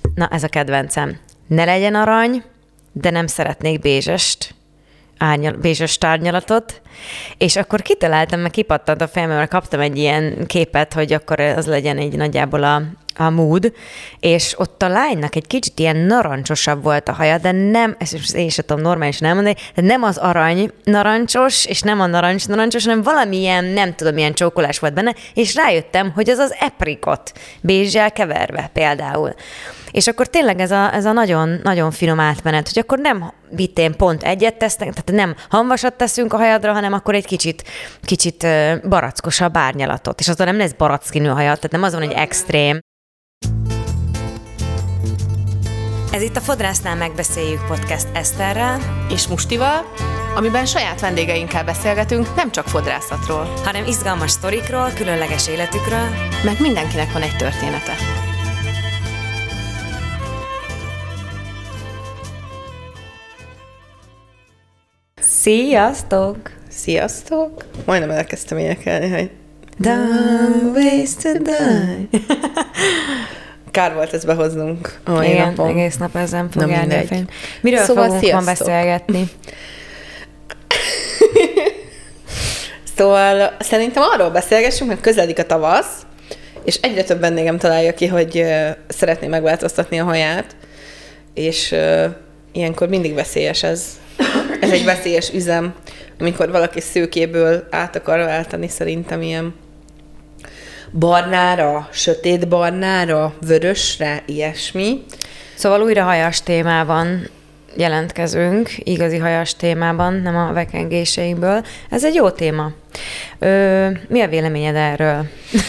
Na, ez a kedvencem. Ne legyen arany, de nem szeretnék bézsest, bézses tárnyalatot, és akkor kitaláltam, meg kipattant a fejembe, mert kaptam egy ilyen képet, hogy akkor az legyen egy nagyjából a mood, és ott a lánynak egy kicsit ilyen narancsosabb volt a haja, de nem, ezt én sem tudom normálisan elmondani, de nem az arany narancsos, és nem a narancsos, hanem valamilyen, nem tudom, milyen csókolás volt benne, és rájöttem, hogy az az aprikot bézsel keverve például. És akkor tényleg ez a nagyon, nagyon finom átmenet, hogy akkor nem vittén pont egyet tesznek, tehát nem hamvasat teszünk a hajadra, hanem akkor egy kicsit barackosabb árnyalatot. És aztán nem lesz barack a hajad, tehát nem az van, hogy extrém. Ez itt a Fodrásznál megbeszéljük podcast Eszterrel és Mustival, amiben saját vendégeinkkel beszélgetünk nem csak fodrászatról, hanem izgalmas sztorikról, különleges életükről, meg mindenkinek van egy története. Sziasztok! Sziasztok! Majdnem elkezdtem énekelni, hogy Don't waste a dime. Kár volt ezt behoznunk a mai Igen, napon. egész nap ezen fog állni a fény. Miről Szóval fogunk sziasztok. ma beszélgetni? Szóval szerintem arról beszélgessünk, hogy közeledik a tavasz, és egyre több vendégem találja ki, hogy szeretné megváltoztatni a haját, és ilyenkor mindig veszélyes ez. Ez egy veszélyes üzem, amikor valaki szőkéből át akar váltani, szerintem ilyen barnára, sötét barnára, vörösre, ilyesmi. Szóval újra hajas témában jelentkezünk, igazi hajas témában, nem a vekengéseinkből. Ez egy jó téma. Mi a véleményed erről?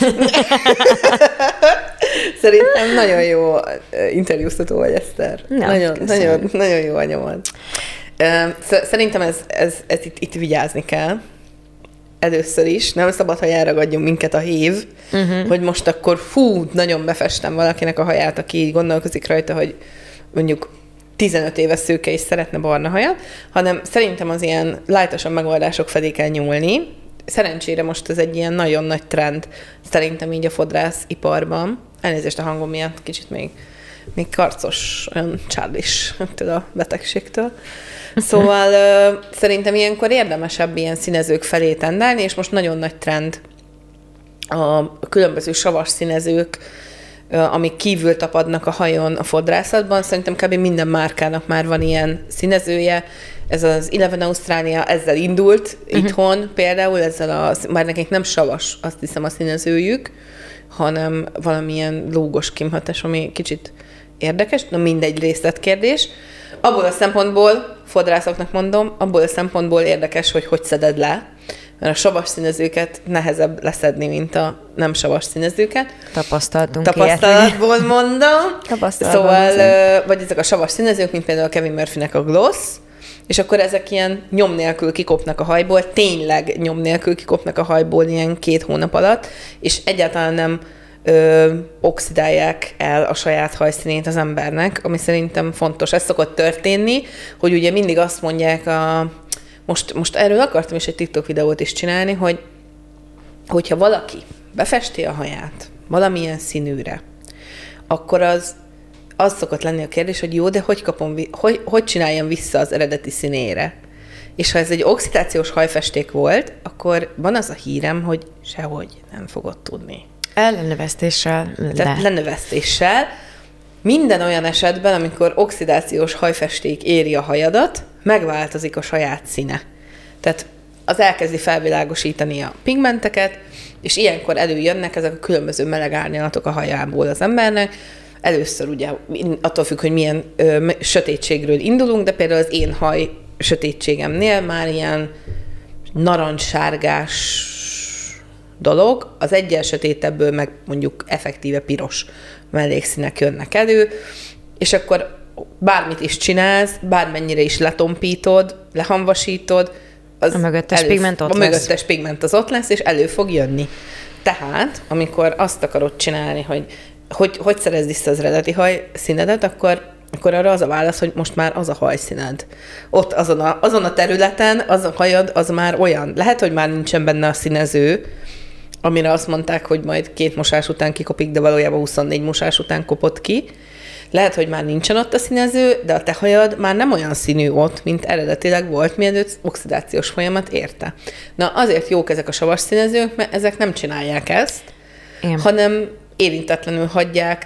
Szerintem nagyon jó interjúztató vagy, Eszter. Na, nagyon jó a nyomod. Szerintem ez itt vigyázni kell. Először is. Nem szabad, hogy elragadjon minket a hív, hogy most akkor nagyon befestem valakinek a haját, aki így gondolkozik rajta, hogy mondjuk 15 éves szőke és szeretne barna hajat, hanem szerintem az ilyen lightosabb megoldások felé kell nyúlni. Szerencsére most ez egy ilyen nagyon nagy trend, szerintem így a fodrásziparban. Elnézést a hangom miatt, kicsit még karcos, olyan csális ettől a betegségtől. Szóval szerintem ilyenkor érdemesebb ilyen színezők felé tendálni, és most nagyon nagy trend a különböző savas színezők, amik kívül tapadnak a hajon a fodrászatban. Szerintem kb. Minden márkának már van ilyen színezője. Ez az Eleven Australia ezzel indult itthon például, már nekik nem savas, azt hiszem, a színezőjük, hanem valamilyen lógos kimhatás, ami kicsit érdekes, na mindegy, részletkérdés. Abból a szempontból, fodrászoknak mondom, abból a szempontból érdekes, hogy szeded le, mert a savas színezőket nehezebb leszedni, mint a nem savas színezőket. Tapasztalatból mondom. Szóval, vagy ezek a savas színezők, mint például a Kevin Murphynek a Gloss, és akkor ezek ilyen nyom nélkül kikopnak a hajból, tényleg nyom nélkül kikopnak a hajból ilyen 2 hónap alatt, és egyáltalán nem oxidálják el a saját hajszínét az embernek, ami szerintem fontos. Ez szokott történni, hogy ugye mindig azt mondják most erről akartam is egy TikTok videót is csinálni, hogyha valaki befesti a haját valamilyen színűre, akkor az szokott lenni a kérdés, hogy jó, de hogy csináljam vissza az eredeti színére? És ha ez egy oxidációs hajfesték volt, akkor van az a hírem, hogy sehogy nem fogod tudni. Ellenövesztéssel. Tehát lenövesztéssel. Minden olyan esetben, amikor oxidációs hajfesték éri a hajadat, megváltozik a saját színe. Tehát az elkezdi felvilágosítani a pigmenteket, és ilyenkor előjönnek ezek a különböző meleg árnyalatok a hajából az embernek. Először ugye attól függ, hogy milyen sötétségről indulunk, de például az én haj sötétségemnél már ilyen narancssárgás dolog, az egyel sötétebből meg mondjuk effektíve piros mellékszínek jönnek elő, és akkor bármit is csinálsz, bármennyire is letompítod, lehamvasítod, a mögöttes pigment ott lesz. A mögöttes pigment az ott lesz, és elő fog jönni. Tehát, amikor azt akarod csinálni, hogy szerezd vissza az eredeti hajszínedet, akkor arra az a válasz, hogy most már az a hajszíned. Ott azon a területen az a hajad, az már olyan. Lehet, hogy már nincsen benne a színező, amire azt mondták, hogy majd 2 mosás után kikopik, de valójában 24 mosás után kopott ki. Lehet, hogy már nincsen ott a színező, de a te hajad már nem olyan színű ott, mint eredetileg volt, mielőtt oxidációs folyamat érte. Na, azért jók ezek a savas színezők, mert ezek nem csinálják ezt, hanem érintetlenül hagyják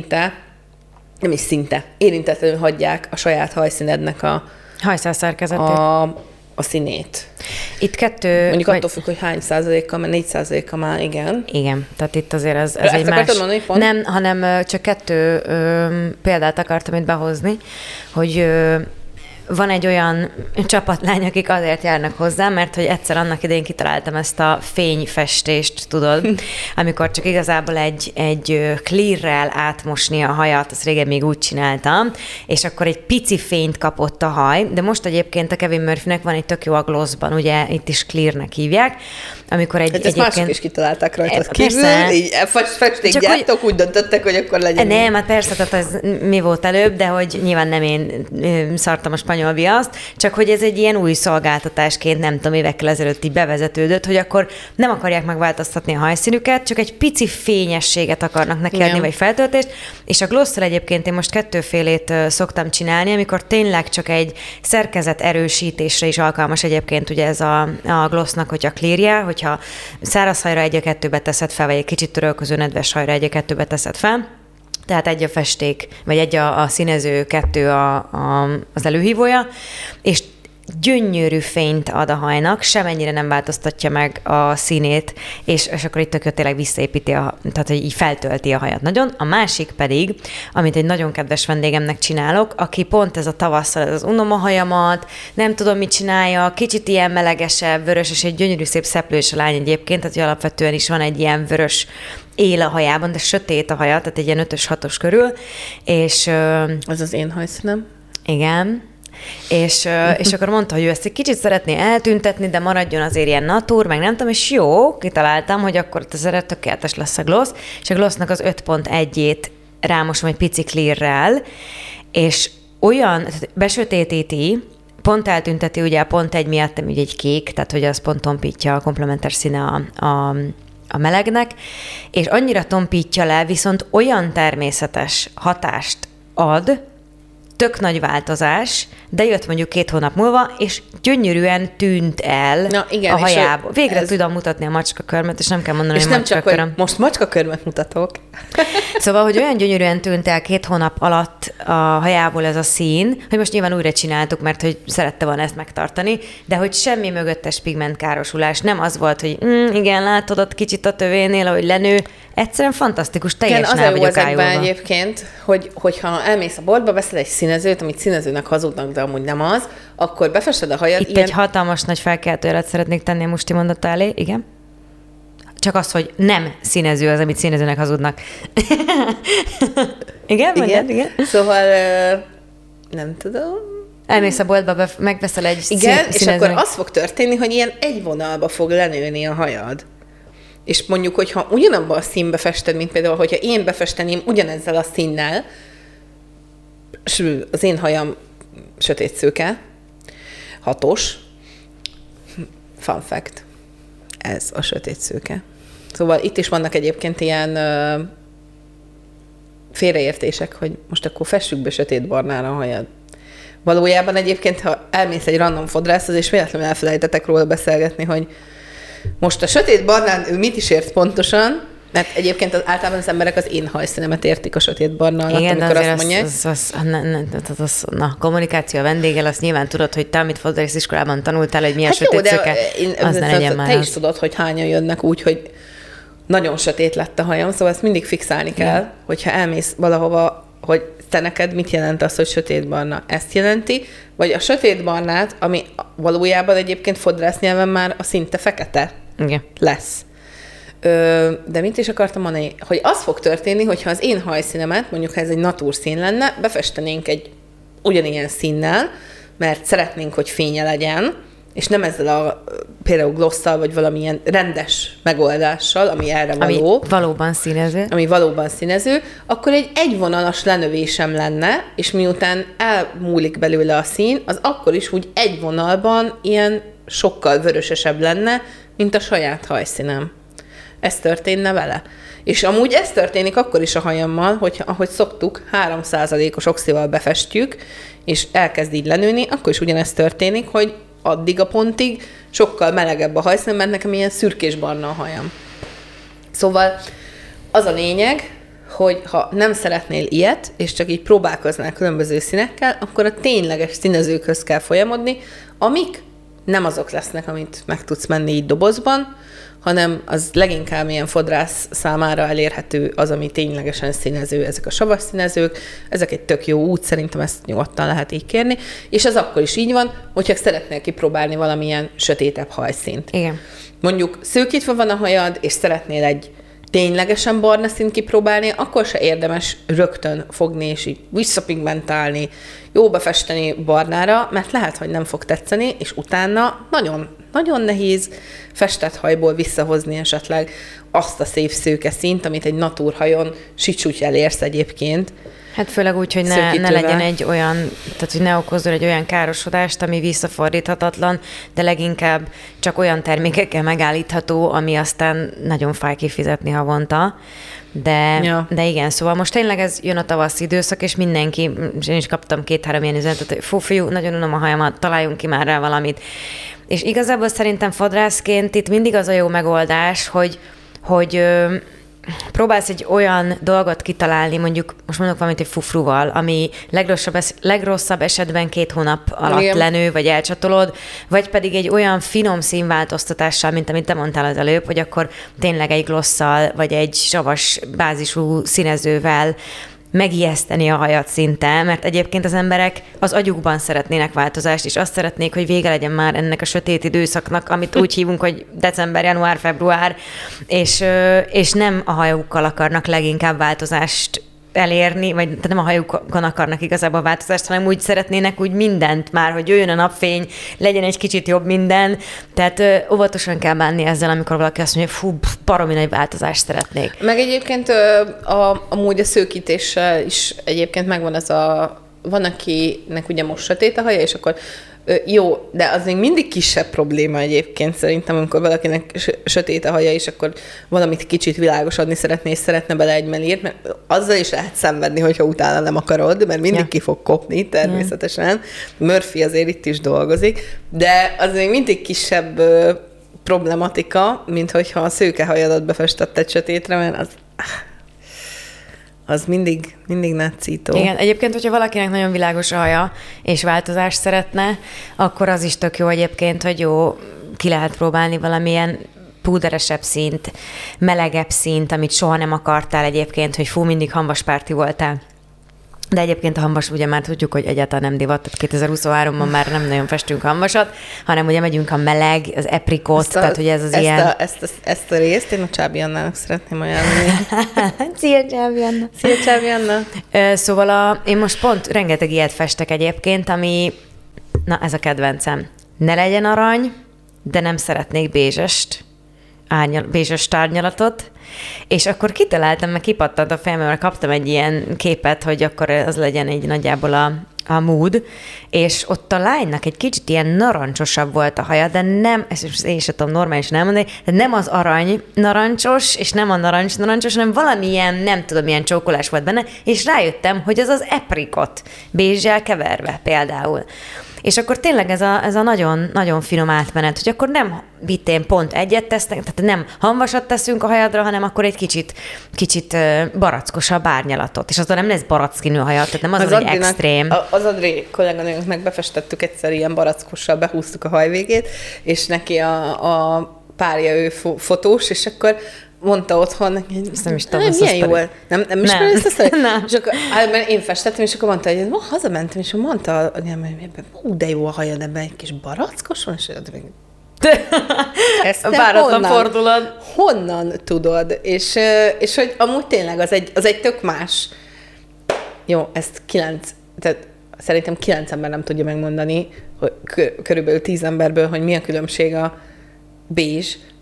nem is szinte, érintetlenül hagyják a saját hajszínednek a hajszálszerkezetét. A színét. Itt 2... Mondjuk attól függ, hogy hány százalékkal, mert 4%-kal már igen. Igen, tehát itt azért ez egy más... Mondani, pont? Nem, hanem csak 2 példát akartam itt behozni, hogy van egy olyan csapatlány, akik azért járnak hozzá, mert hogy egyszer annak idején kitaláltam ezt a fényfestést, tudod, amikor csak igazából egy clearrel átmosni a hajat, azt régen még úgy csináltam, és akkor egy pici fényt kapott a haj, de most egyébként a Kevin Murphynek van egy tök jó a glossban, ugye itt is clearnek hívják, amikor ezt mások is kitalálták rajtad kívül, így festékgyártók úgy döntöttek, hogy akkor legyen. Nem, hát persze, tehát ez mi volt előbb, de hogy nyilván nem én szartam a spanyol viaszt, csak hogy ez egy ilyen új szolgáltatásként, nem tudom, évekkel ezelőtt így bevezetődött, hogy akkor nem akarják megváltoztatni a hajszínüket, csak egy pici fényességet akarnak neki adni, vagy feltöltést, és a glosszal egyébként én most 2 szoktam csinálni, amikor tényleg csak egy szerkezet erősítésre is alkalmas egyébként ugye ez a glossznak, hogyha clearje, hogyha száraz hajra 1-2-be teszed fel, vagy egy kicsit törölköző nedves hajra 1-2-be teszed fel, tehát 1 a festék, vagy 1 a színező, 2 az előhívója, és gyönyörű fényt ad a hajnak, semennyire nem változtatja meg a színét, és akkor itt tényleg visszaépíti, tehát hogy így feltölti a hajat nagyon. A másik pedig, amit egy nagyon kedves vendégemnek csinálok, aki pont ez a tavasszal, ez az unom a hajamat, nem tudom, mit csinálja, kicsit ilyen melegesebb, vörös, és egy gyönyörű szép szeplős a lány egyébként, tehát hogy alapvetően is van egy ilyen vörös él a hajában, de sötét a haja, tehát egy ilyen 5-6-os körül, és... Az az én hajszínem. Igen. És akkor mondta, hogy ő ezt egy kicsit szeretné eltüntetni, de maradjon azért ilyen natúr, meg nem tudom, és jó, kitaláltam, hogy akkor ez tökéletes lesz a gloss, és a glossnak az 5.1-ét rámosom egy pici clearrel, és olyan, besötétíti, pont eltünteti, ugye pont egy miatt, ugye egy kék, tehát hogy az pont tompítja a komplementer színe a melegnek, és annyira tompítja le, viszont olyan természetes hatást ad, tök nagy változás, de jött mondjuk 2 hónap múlva, és gyönyörűen tűnt el a hajából. Végre tudom mutatni a macskakörmet, és nem kell mondani, hogy macskaköröm. Most macskakörmet mutatok. Szóval, hogy olyan gyönyörűen tűnt el 2 hónap alatt a hajából ez a szín, hogy most nyilván újra csináltuk, mert hogy szerette volna ezt megtartani, de hogy semmi mögöttes pigmentkárosulás. Nem az volt, hogy igen, látod ott kicsit a tövénél, ahogy lenő. Egyszerűen fantasztikus, teljesen el vagyok ájulva. Igen, az a jó ezekben egyébként, hogyha elmész a boltba, veszel egy színezőt, amit színezőnek hazudnak, de amúgy nem az, akkor befested a hajad. Itt egy hatalmas nagy felkeltőjelet szeretnék tenni a Musti mondata elé, igen. Csak az, hogy nem színező az, amit színezőnek hazudnak. Igen? Szóval nem tudom. Elmész a boltba, megveszel egy színezőnek. És akkor az fog történni, hogy ilyen egy vonalba fog lenőni a hajad. És mondjuk, hogyha ugyanabban a színbe fested, mint például, hogyha én befesteném ugyanezzel a színnel, az én hajam sötétszőke, 6-os, fun fact, ez a sötétszőke. Szóval itt is vannak egyébként ilyen félreértések, hogy most akkor fessük be sötétbarnára a hajad. Valójában egyébként, ha elmész egy random fodrászhoz, és véletlenül elfelejtetek róla beszélgetni, hogy most a sötétbarnán ő mit is ért pontosan, mert egyébként általában az emberek az én hajszínemet értik a sötétbarna alatt, igen, amikor azt mondják. Na, kommunikáció a vendéggel, azt nyilván tudod, hogy te, amit fodrásziskolában tanultál, hogy milyen sötétszőke, az ne legyen már te is tudod, hogy hányan jönnek úgy, hogy nagyon sötét lett a hajam, szóval ezt mindig fixálni kell, hogyha elmész valahova, hogy te neked mit jelent az, hogy sötétbarna? Ezt jelenti, vagy a sötétbarnát, ami valójában egyébként fodrász nyelven már a szinte fekete lesz. De mit is akartam mondani? Hogy az fog történni, hogyha az én hajszínemet, mondjuk ha ez egy natúrszín lenne, befestenénk egy ugyanilyen színnel, mert szeretnénk, hogy fénye legyen, és nem ezzel a például glosszal, vagy valamilyen rendes megoldással, ami erre való. Ami valóban színező. Ami valóban színező, akkor egy egyvonalas lenövésem lenne, és miután elmúlik belőle a szín, az akkor is úgy egy vonalban ilyen sokkal vörösesebb lenne, mint a saját hajszínem. ez történne vele. És amúgy ez történik akkor is a hajammal, hogy ahogy szoktuk, 3%-os oxival befestjük, és elkezd így lenőni, akkor is ugyanezt történik, hogy addig a pontig sokkal melegebb a hajszín, mert nekem ilyen szürkésbarna a hajam. Szóval az a lényeg, hogy ha nem szeretnél ilyet, és csak így próbálkoznál különböző színekkel, akkor a tényleges színezőkhöz kell folyamodni, amik nem azok lesznek, amit meg tudsz menni így dobozban, hanem az leginkább ilyen fodrász számára elérhető az, ami ténylegesen színező, ezek a savas színezők, ezek egy tök jó út, szerintem ezt nyugodtan lehet így kérni, és ez akkor is így van, hogyha szeretnél kipróbálni valamilyen sötétebb hajszínt. Igen. Mondjuk szőkítve van a hajad, és szeretnél egy ténylegesen barna színt kipróbálni, akkor se érdemes rögtön fogni és így visszapigmentálni, jó befesteni barnára, mert lehet, hogy nem fog tetszeni, és utána nagyon, nagyon nehéz festett hajból visszahozni esetleg azt a szép szőke színt, amit egy natúrhajon sicsúgy elérsz egyébként. Hát főleg úgy, hogy ne legyen egy olyan, tehát hogy ne okozzon egy olyan károsodást, ami visszafordíthatatlan, de leginkább csak olyan termékekkel megállítható, ami aztán nagyon fáj kifizetni havonta. De igen, szóval most tényleg ez jön a tavaszi időszak, és mindenki, és én is kaptam 2-3 ilyen üzenetet, hogy fú, fiú, nagyon unom a hajamat, találjunk ki már rá valamit. És igazából szerintem fodrászként itt mindig az a jó megoldás, hogy próbálsz egy olyan dolgot kitalálni, mondjuk most mondok valamit egy fufruval, ami legrosszabb esetben 2 hónap alatt lenő, vagy elcsatolod, vagy pedig egy olyan finom színváltoztatással, mint amit te mondtál az előbb, hogy akkor tényleg egy glosszal, vagy egy savas bázisú színezővel megijeszteni a hajat szinte, mert egyébként az emberek az agyukban szeretnének változást, és azt szeretnék, hogy vége legyen már ennek a sötét időszaknak, amit úgy hívunk, hogy december, január, február, és nem a hajukkal akarnak leginkább változást elérni, vagy tehát nem a hajukon akarnak igazából változást, hanem úgy szeretnének úgy mindent már, hogy jöjjön a napfény, legyen egy kicsit jobb minden. Tehát óvatosan kell bánni ezzel, amikor valaki azt mondja, fú, baromi nagy változást szeretnék. Meg egyébként amúgy a szőkítéssel is egyébként megvan ez van, akinek ugye most sötét a haja, és akkor jó, de az még mindig kisebb probléma egyébként szerintem, amikor valakinek sötét a haja, és akkor valamit kicsit világosodni szeretne bele egy melírt, mert azzal is lehet szenvedni, hogyha utána nem akarod, mert mindig ki fog kopni természetesen. Murphy azért itt is dolgozik, de az még mindig kisebb problematika, mint hogyha a szőkehajadat befestetted sötétre, mert az mindig nagycító. Igen, egyébként, hogyha valakinek nagyon világos a haja, és változást szeretne, akkor az is tök jó egyébként, hogy jó, ki lehet próbálni valamilyen púderesebb színt, melegebb színt, amit soha nem akartál egyébként, hogy fú, mindig hamvaspárti voltál. De egyébként a hamvas ugye már tudjuk, hogy egyáltalán nem divat, tehát 2023-ban már nem nagyon festünk hamvasat, hanem ugye megyünk a meleg, az aprikot, tehát hogy ez az ilyen... Ezt a részt én a Csábi Annának szeretném ajánlani. Szia, Csábi Anna! Szia, Csábi Anna! Szóval én most pont rengeteg ilyet festek egyébként, ami... Na, ez a kedvencem. Ne legyen arany, de nem szeretnék bézses tárnyalatot, és akkor kitaláltam, meg kipattant a fejembe, mert kaptam egy ilyen képet, hogy akkor az legyen egy nagyjából a mood, és ott a lánynak egy kicsit ilyen narancsosabb volt a haja, de nem, ezt én sem tudom normálisan elmondani, de nem az arany narancsos, és nem a narancsos, hanem valamilyen, nem tudom, milyen csókolás volt benne, és rájöttem, hogy az aprikot bézsel keverve például. És akkor tényleg ez a nagyon, nagyon finom átmenet, hogy akkor nem vittén pont egyet tesznek, tehát nem hamvasat teszünk a hajadra, hanem akkor egy kicsit barackosabb árnyalatot. És aztán nem lesz barackinű a hajad, tehát nem az egy extrém. Az Adri kolléganőnknek befestettük egyszer ilyen barackossal, behúztuk a hajvégét, és neki a párja ő fotós, és akkor mondta otthon, nem is tudom, milyen jó. Nem ismered ezt a sztorit? Nem. És akkor én festettem, és akkor mondta, hogy hazamentem, és mondta, hogy de jó a hajad, ebben egy kis barackos van, és ezt váratlan fordulat. Honnan tudod? És hogy amúgy tényleg az egy tök más. Jó, ezt tehát szerintem 9 ember nem tudja megmondani, hogy körülbelül 10 emberből, hogy mi a különbség a bézs,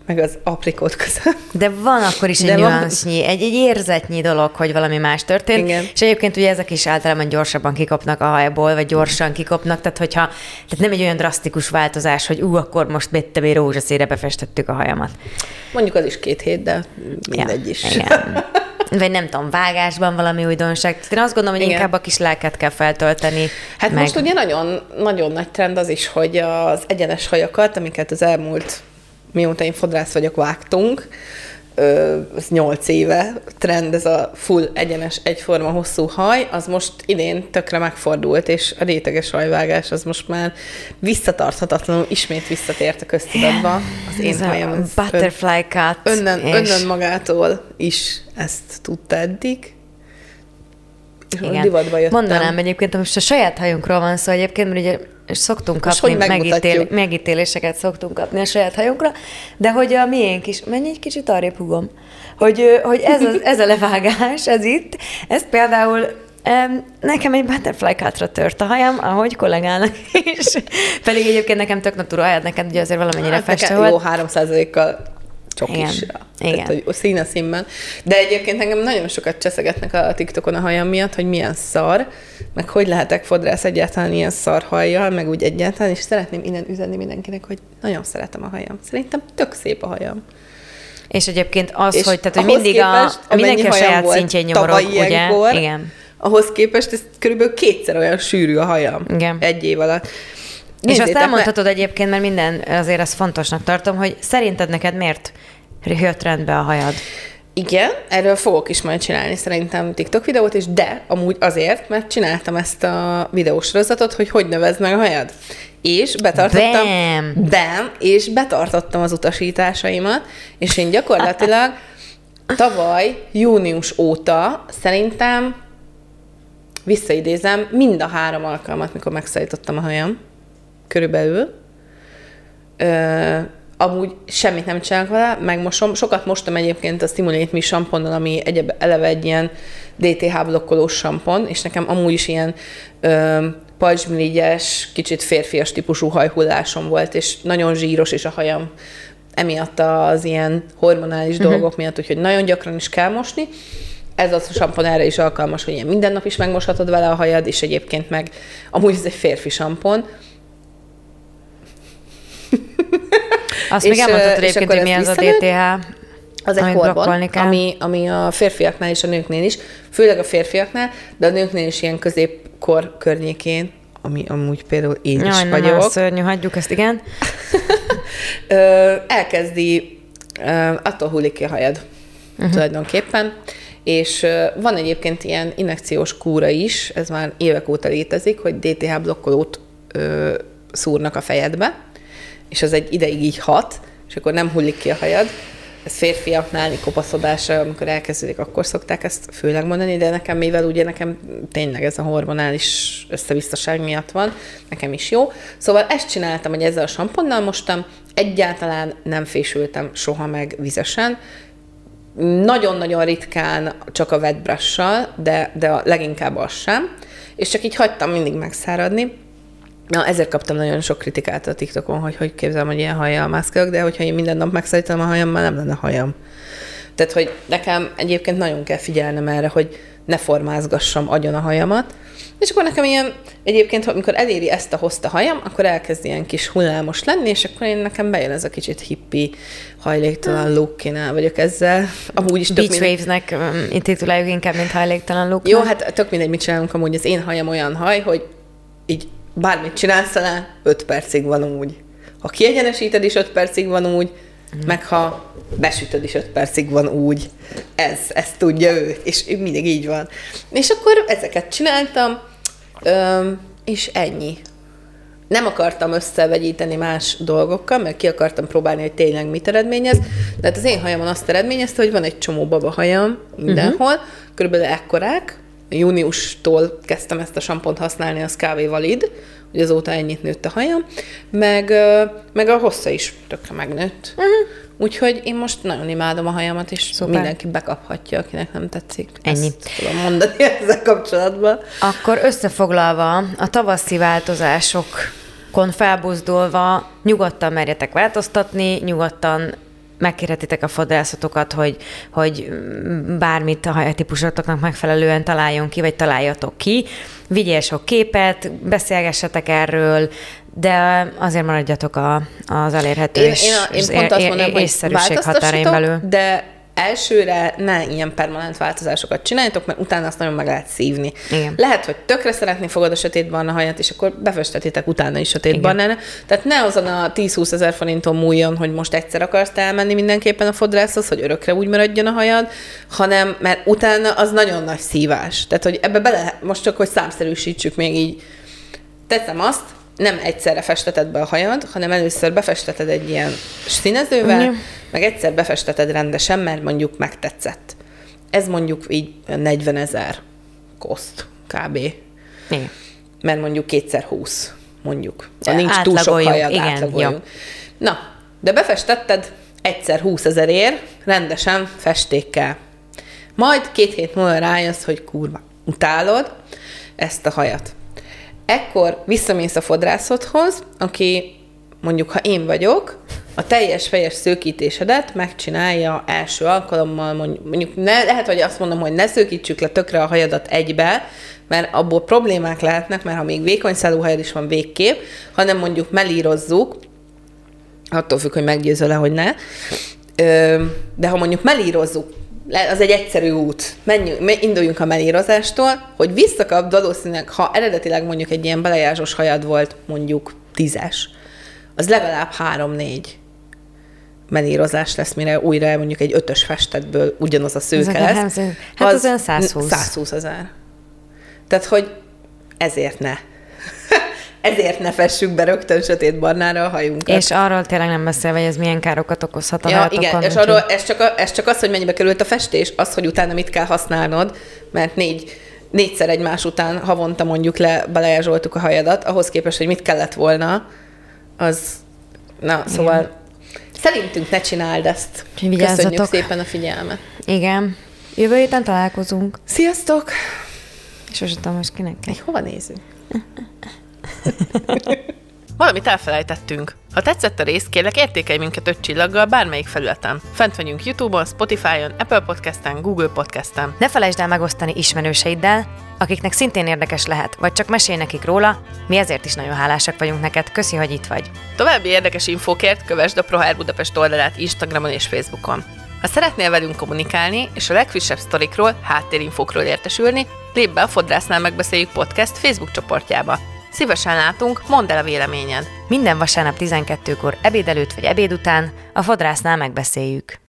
meg az aprikót között. De van akkor is egy nüansznyi, egy érzetnyi dolog, hogy valami más történt. Igen. És egyébként ugye ezek is általában gyorsabban kikopnak a hajból, vagy gyorsan kikopnak, tehát nem egy olyan drasztikus változás, hogy akkor most bettem rózsaszínre befestettük a hajamat. Mondjuk az is 2 hét, de mindegy is. Igen. Vagy nem tudom, vágásban valami újdonság. Én azt gondolom, hogy inkább a kis lelket kell feltölteni. Hát most ugye nagyon, nagyon nagy trend az is, hogy az egyenes hajakat, amiket az elmúlt, mióta én fodrász vagyok, vágtunk, ez 8 éve trend, ez a full egyenes, egyforma hosszú haj, az most idén tökre megfordult, és a réteges hajvágás az most már visszatarthatatlanul ismét visszatért a köztudatba. Az én hajam. Butterfly cut. Önnön magától is ezt tudta eddig. És most divatba jöttem. Mondanám egyébként, most a saját hajunkról van szó egyébként, mert ugye szoktunk kapni, megítéléseket szoktunk kapni a saját hajunkra, de hogy a miénk is, menj egy kicsit arrébb hugom, hogy ez a levágás, ez itt, ez például nekem egy butterfly cutra tört a hajam, ahogy kollégának is. Pedig egyébként nekem tök natúra hajad, neked ugye azért valamennyire festő volt. Jó, 3%-kal csokis. Igen. Tehát, hogy színben. De egyébként engem nagyon sokat cseszegetnek a TikTokon a hajam miatt, hogy milyen szar, meg hogy lehetek fodrász egyáltalán ilyen szar hajjal, meg úgy egyáltalán, és szeretném innen üzenni mindenkinek, hogy nagyon szeretem a hajam. Szerintem tök szép a hajam. És egyébként az, és hogy mindig képest, mindenki a saját szintjén nyomorog, ugye? Igen. Ahhoz képest ez körülbelül 2-szer olyan sűrű a hajam. Igen. Egy év alatt. Nézzétek, és azt elmondhatod egyébként, mert minden, azért ezt fontosnak tartom, hogy szerinted neked miért jött rendbe a hajad? Igen, erről fogok is majd csinálni szerintem TikTok videót is, de amúgy azért, mert csináltam ezt a videósorozatot, hogy növezd meg a hajad. És betartottam az utasításaimat, és én gyakorlatilag tavaly június óta szerintem visszaidézem mind a 3 alkalmat, mikor megszállítottam a hajam. Körülbelül. Amúgy semmit nem csinálok vele, megmosom. Sokat mostam egyébként a Stimulate Me samponnal, ami eleve egy ilyen DTH blokkolós sampon, és nekem amúgy is ilyen pajzsmirigyes, kicsit férfias típusú hajhullásom volt, és nagyon zsíros is a hajam emiatt az ilyen hormonális dolgok miatt, úgyhogy nagyon gyakran is kell mosni. Ez az a sampon erre is alkalmas, hogy ilyen minden nap is megmoshatod vele a hajad, és egyébként meg amúgy ez egy férfi sampon. Azt még elmondtad egyébként, hogy mi az a DTH. Az egy hormon, ami a férfiaknál és a nőknél is, főleg a férfiaknál, de a nőknél is ilyen középkor környékén, ami amúgy például én is vagyok. Jaj, szörnyű, hagyjuk ezt, igen. Elkezdi, attól hullik ki a hajad tulajdonképpen, és van egyébként ilyen injekciós kúra is, ez már évek óta létezik, hogy DTH blokkolót szúrnak a fejedbe, és az egy ideig így hat, és akkor nem hullik ki a hajad. Ez férfiaknál kopaszodásra, amikor elkezdődik, akkor szokták ezt főleg mondani, de mivel ugye nekem tényleg ez a hormonális összevisszaság miatt van, nekem is jó. Szóval ezt csináltam, hogy ezzel a samponnal mostam, egyáltalán nem fésültem soha meg vizesen, nagyon-nagyon ritkán csak a wet brush-sal, de leginkább az sem, és csak így hagytam mindig megszáradni. Na, ezért kaptam nagyon sok kritikát a TikTokon, hogy képzelem, hogy ilyen hajjal mászkálok, de hogyha én minden nap megszállítom a hajam, már nem lenne hajam. Tehát, hogy nekem egyébként nagyon kell figyelnem erre, hogy ne formázgassam agyon a hajamat. És akkor nekem ilyen, egyébként, amikor eléri ezt a hozt a hajam, akkor elkezd ilyen kis hullámos lenni, és akkor nekem bejön ez a kicsit hippi, hajléktalan look, én el vagyok ezzel. Amúgy is Beach Waves-nek intituláljuk inkább, mint hajléktalan look. Jó, hát tök mindegy, mit csinálunk, amúgy az én hajam olyan haj, hogy így bármit csinálsz rá, 5 percig van úgy. Ha kiegyenesíted is 5 percig van úgy, meg ha besütöd is 5 percig van úgy. Ez tudja ő, és mindig így van. És akkor ezeket csináltam, és ennyi. Nem akartam összevegyíteni más dolgokkal, mert ki akartam próbálni, hogy tényleg mit eredményez. De hát az én hajamon azt eredményezte, hogy van egy csomó babahajam mindenhol, körülbelül ekkorák. Júniustól kezdtem ezt a sampont használni, az kb. Valid, hogy azóta ennyit nőtt a hajam, meg a hossza is tökre megnőtt. Úgyhogy én most nagyon imádom a hajamat, és mindenki bekaphatja, akinek nem tetszik. Ennyi. Ezt tudom mondani ezzel kapcsolatban. Akkor összefoglalva, a tavaszi változásokon felbuzdulva nyugodtan merjetek változtatni, nyugodtan megkérhetitek a fodrászatokat, hogy bármit a hajtípusotoknak megfelelően találjon ki, vagy találjatok ki. Vigyél sok képet, beszélgessetek erről, de azért maradjatok az elérhető én pont azt mondom, hogy észszerűség határain belül. De elsőre ne ilyen permanent változásokat csináljatok, mert utána azt nagyon meg lehet szívni. Igen. Lehet, hogy tökre szeretni fogod a sötétbarna hajat, és akkor befestetitek utána is sötétbarnára. Tehát ne azon a 10-20 ezer forinton múljon, hogy most egyszer akarsz elmenni mindenképpen a fodrászhoz, hogy örökre úgy maradjon a hajad, hanem, mert utána az nagyon nagy szívás. Tehát, hogy ebbe most csak, hogy számszerűsítsük még így, teszem azt, nem egyszerre festeted be a hajad, hanem először befesteted egy ilyen színezővel, meg egyszer befesteted rendesen, mert mondjuk megtetszett. Ez mondjuk így 40 000 koszt kb. Igen. Mert mondjuk 2x20, mondjuk. Nincs túl sok hajad, átlagoljunk. Na, de befestetted egyszer 20 000-ért, rendesen festékkel. Majd 2 hét múlva rájössz, hogy kurva, utálod ezt a hajat. Ekkor visszamész a fodrászodhoz, aki mondjuk, ha én vagyok, a teljes fejes szőkítésedet megcsinálja első alkalommal, mondjuk lehet, hogy azt mondom, hogy ne szőkítsük le tökre a hajadat egybe, mert abból problémák lehetnek, mert ha még vékony szálú hajad is van végképp, hanem mondjuk melírozzuk, attól függ, hogy meggyőzöl-e, hogy ne, de ha mondjuk melírozzuk, az egy egyszerű út. Induljunk a melírozástól, hogy visszakap valószínűleg, ha eredetileg mondjuk egy ilyen belejázsos hajad volt, mondjuk 10-es, az legalább 3-4 melírozás lesz, mire újra mondjuk egy 5-ös festetből ugyanaz a szőke lesz. Hát az olyan 120. 120 000. Tehát, hogy ezért ne. Ezért ne fessük be rögtön sötétbarnára a hajunkat. És arról tényleg nem beszélve, hogy ez milyen károkat okozhat a hajatokon. Igen, és arról ez csak az, hogy mennyibe került a festés, az, hogy utána mit kell használnod, mert négyszer egymás után havonta mondjuk belejázsoltuk a hajadat, ahhoz képest, hogy mit kellett volna, az... Na, szóval igen. Szerintünk ne csináld ezt. Köszönjük szépen a figyelmet. Igen. Jövő héten találkozunk. Sziasztok! És most tudom, most kinek kell. Hova nézünk? Valamit elfelejtettünk. Ha tetszett a rész, kérlek értékelj minket 5 csillaggal bármelyik felületen. Fent vagyunk YouTube-on, Spotify-on, Apple Podcast-en, Google Podcast-en. Ne felejtsd el megosztani ismerőseiddel, akiknek szintén érdekes lehet, vagy csak mesélj nekik róla, mi ezért is nagyon hálásak vagyunk neked. Köszi, hogy itt vagy. További érdekes infókért kövesd a ProHair Budapest oldalát Instagramon és Facebookon. Ha szeretnél velünk kommunikálni, és a legfrissebb sztorikról, háttérinfókról értesülni, lépj be a Fodrásznál megbeszéljük podcast Facebook csoportjába. Szívesen látunk, mondd el a véleményed. Minden vasárnap 12-kor ebéd előtt vagy ebéd után a Fodrásznál megbeszéljük.